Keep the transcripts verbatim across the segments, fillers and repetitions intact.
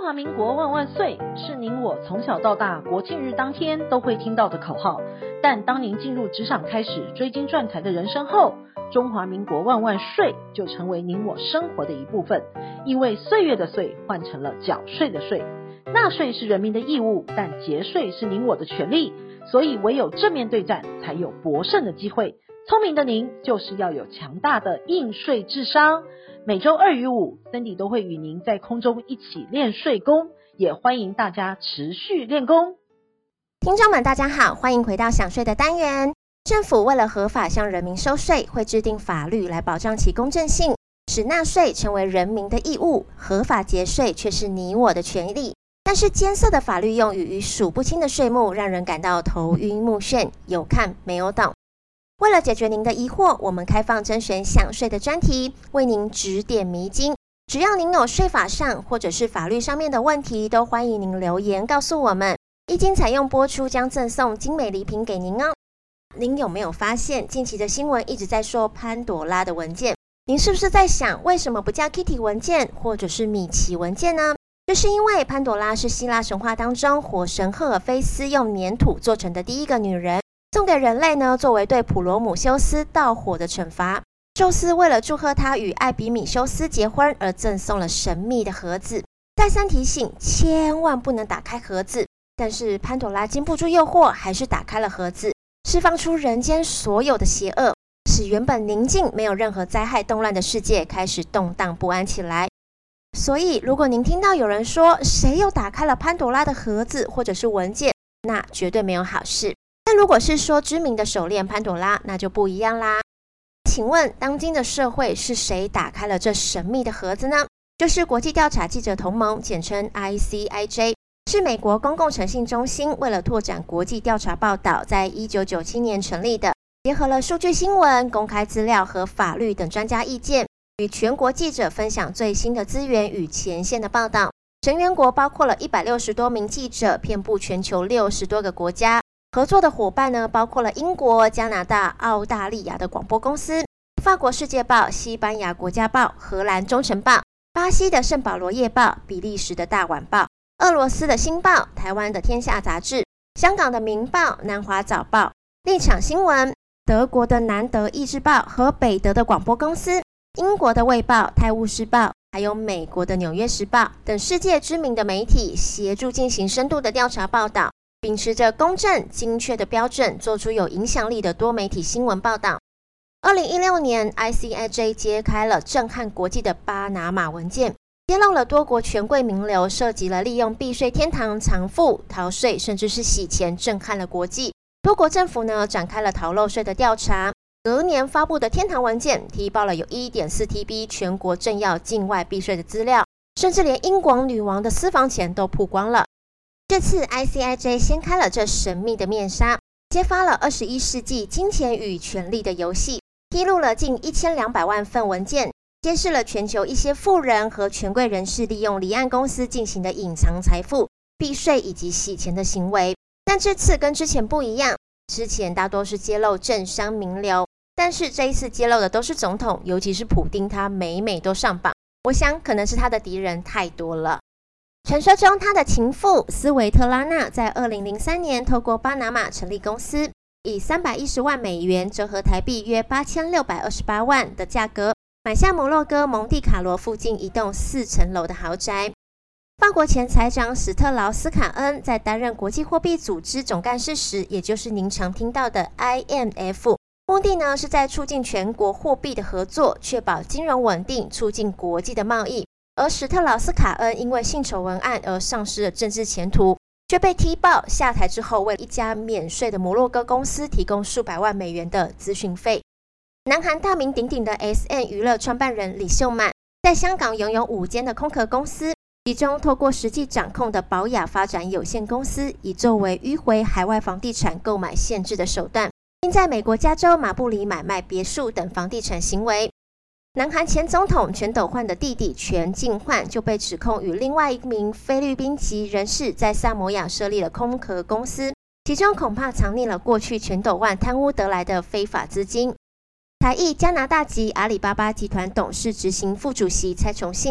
华民国万万岁是您我从小到大国庆日当天都会听到的口号，但当您进入职场开始追金赚财的人生后，中华民国万万税就成为您我生活的一部分，因为岁月的岁换成了缴税的税。纳税是人民的义务，但节税是您我的权利，所以唯有正面对战才有博胜的机会。聪明的您就是要有强大的应税智商。每周二与五 Cindy 都会与您在空中一起练税功，也欢迎大家持续练功。 听众们大家好，欢迎回到想税的单元。政府为了合法向人民收税，会制定法律来保障其公正性，使纳税成为人民的义务，合法节税却是你我的权利。但是艰涩的法律用语与数不清的税目，让人感到头晕目眩，有看没有懂。为了解决您的疑惑，我们开放甄选想税的专题，为您指点迷津。只要您有税法上或者是法律上面的问题，都欢迎您留言告诉我们，一经采用播出将赠送精美礼品给您哦。您有没有发现近期的新闻一直在说潘朵拉的文件？您是不是在想为什么不叫 Kitty 文件或者是米奇文件呢？这是因为潘朵拉是希腊神话当中火神赫尔菲斯用粘土做成的第一个女人，送给人类呢，作为对普罗姆修斯盗火的惩罚。宙斯为了祝贺他与艾比米修斯结婚而赠送了神秘的盒子，再三提醒千万不能打开盒子，但是潘朵拉经不住诱惑，还是打开了盒子，释放出人间所有的邪恶，使原本宁静没有任何灾害动乱的世界开始动荡不安起来。所以如果您听到有人说谁又打开了潘朵拉的盒子或者是文件，那绝对没有好事。但如果是说知名的手链潘朵拉，那就不一样啦。请问当今的社会是谁打开了这神秘的盒子呢？就是国际调查记者同盟，简称 I C I J， 是美国公共诚信中心为了拓展国际调查报道，在一九九七年成立的，结合了数据新闻、公开资料和法律等专家意见，与全国记者分享最新的资源与前线的报道。成员国包括了一百六十多名记者，遍布全球六十多个国家。合作的伙伴呢，包括了英国、加拿大、澳大利亚的广播公司，法国世界报、西班牙国家报、荷兰中晨报、巴西的圣保罗夜报、比利时的大晚报、俄罗斯的新报、台湾的天下杂志、香港的明报、南华早报、立场新闻、德国的南德意志报和北德的广播公司、英国的卫报、泰晤士报，还有美国的纽约时报等世界知名的媒体，协助进行深度的调查报道，秉持着公正精确的标准，做出有影响力的多媒体新闻报道。二零一六年 I C I J 揭开了震撼国际的巴拿马文件，揭露了多国权贵名流涉及了利用避税天堂藏富、逃税甚至是洗钱，震撼了国际。多国政府呢展开了逃漏税的调查，隔年发布的天堂文件提报了有 一点四 T B 全国政要境外避税的资料，甚至连英国女王的私房钱都曝光了。这次 I C I J 掀开了这神秘的面纱，揭发了二十一世纪金钱与权力的游戏，披露了近一千两百万份文件，揭示了全球一些富人和权贵人士利用离岸公司进行的隐藏财富、避税以及洗钱的行为。但这次跟之前不一样，之前大多是揭露政商名流，但是这一次揭露的都是总统，尤其是普丁，他每每都上榜，我想可能是他的敌人太多了。传说中他的情妇斯维特拉娜在二零零三年透过巴拿马成立公司，以三百一十万美元折合台币约八千六百二十八万的价格买下摩洛哥蒙蒂卡罗附近一栋四层楼的豪宅。法国前财长史特劳斯卡恩在担任国际货币组织总干事时，也就是您常听到的 I M F， 目的呢是在促进全国货币的合作，确保金融稳定，促进国际的贸易。而史特劳斯卡恩因为性丑闻案而丧失了政治前途，却被踢爆下台之后，为一家免税的摩洛哥公司提供数百万美元的咨询费。南韩大名鼎鼎的 S M 娱乐创办人李秀满，在香港拥有五间的空壳公司，其中透过实际掌控的宝雅发展有限公司，以作为迂回海外房地产购买限制的手段，并在美国加州马布里买卖别墅等房地产行为。南韩前总统全斗焕的弟弟全敬焕就被指控与另外一名菲律宾籍人士在萨摩亚设立了空壳公司，其中恐怕藏匿了过去全斗焕贪污得来的非法资金。台裔加拿大籍阿里巴巴集团董事执行副主席蔡崇信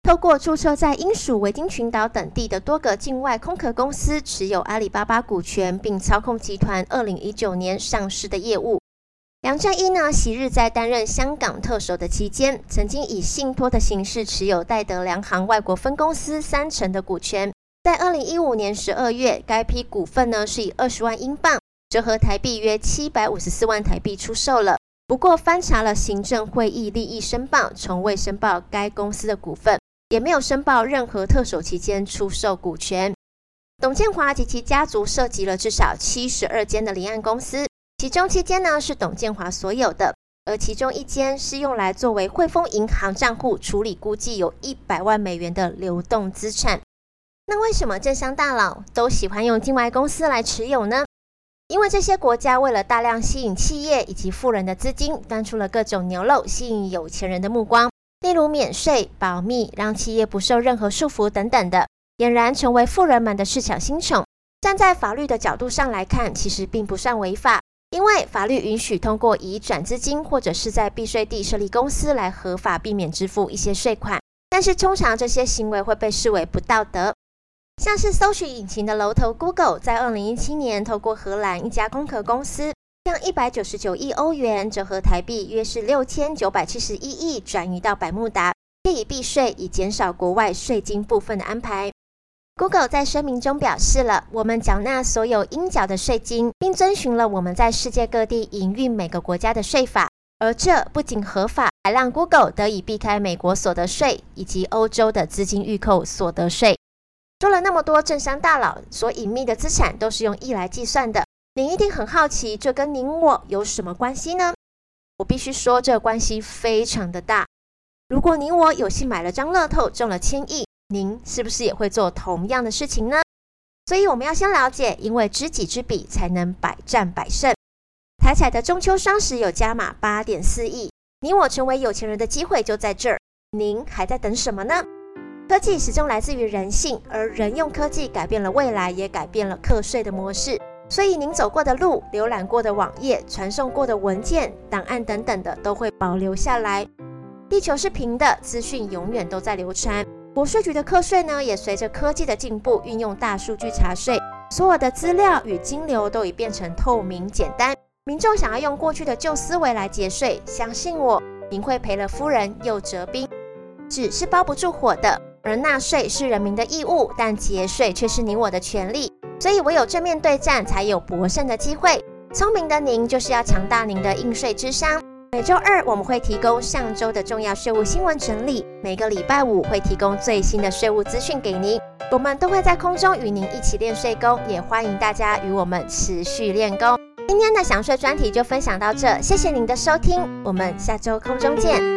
透过注册在英属维京群岛等地的多个境外空壳公司持有阿里巴巴股权，并操控集团二零一九年上市的业务。梁振英呢，昔日在担任香港特首的期间，曾经以信托的形式持有戴德梁行外国分公司三成的股权。在二零一五年十二月，该批股份呢是以二十万英镑，折合台币约七百五十四万台币出售了。不过翻查了行政会议利益申报，从未申报该公司的股份，也没有申报任何特首期间出售股权。董建华及其家族涉及了至少七十二间的离岸公司，其中七间呢是董建华所有的，而其中一间是用来作为汇丰银行账户处理估计有一百万美元的流动资产。那为什么政商大佬都喜欢用境外公司来持有呢？因为这些国家为了大量吸引企业以及富人的资金，端出了各种牛肉，吸引有钱人的目光，例如免税、保密、让企业不受任何束缚等等的，俨然成为富人们的市场新宠。站在法律的角度上来看，其实并不算违法，因为法律允许通过移转资金或者是在避税地设立公司来合法避免支付一些税款，但是通常这些行为会被视为不道德。像是搜寻引擎的龙头 Google 在二零一七年透过荷兰一家空壳公司，将一百九十九亿欧元折合台币约是六千九百七十一亿转移到百慕达，借以避税，以减少国外税金部分的安排。Google 在声明中表示了，我们缴纳所有应缴的税金，并遵循了我们在世界各地营运每个国家的税法，而这不仅合法，还让 Google 得以避开美国所得税以及欧洲的资金预扣所得税。说了那么多政商大佬所隐秘的资产都是用亿来计算的，您一定很好奇，这跟您我有什么关系呢？我必须说，这个关系非常的大。如果您我有幸买了张乐透中了千亿，您是不是也会做同样的事情呢？所以我们要先了解，因为知己知彼才能百战百胜。台彩的中秋双十有加码 八点四亿，你我成为有钱人的机会就在这儿，您还在等什么呢？科技始终来自于人性，而人用科技改变了未来，也改变了课税的模式。所以您走过的路、浏览过的网页、传送过的文件、档案等等的都会保留下来。地球是平的，资讯永远都在流传。国税局的课税呢，也随着科技的进步，运用大数据查税，所有的资料与金流都已变成透明简单。民众想要用过去的旧思维来节税，相信我，您会赔了夫人又折兵。纸是包不住火的，而纳税是人民的义务，但节税却是你我的权利。所以唯有正面对战，才有博胜的机会。聪明的您，就是要强大您的应税智商。每周二我们会提供上周的重要税务新闻整理，每个礼拜五会提供最新的税务资讯给您。我们都会在空中与您一起练税功，也欢迎大家与我们持续练功。今天的享税专题就分享到这，谢谢您的收听，我们下周空中见。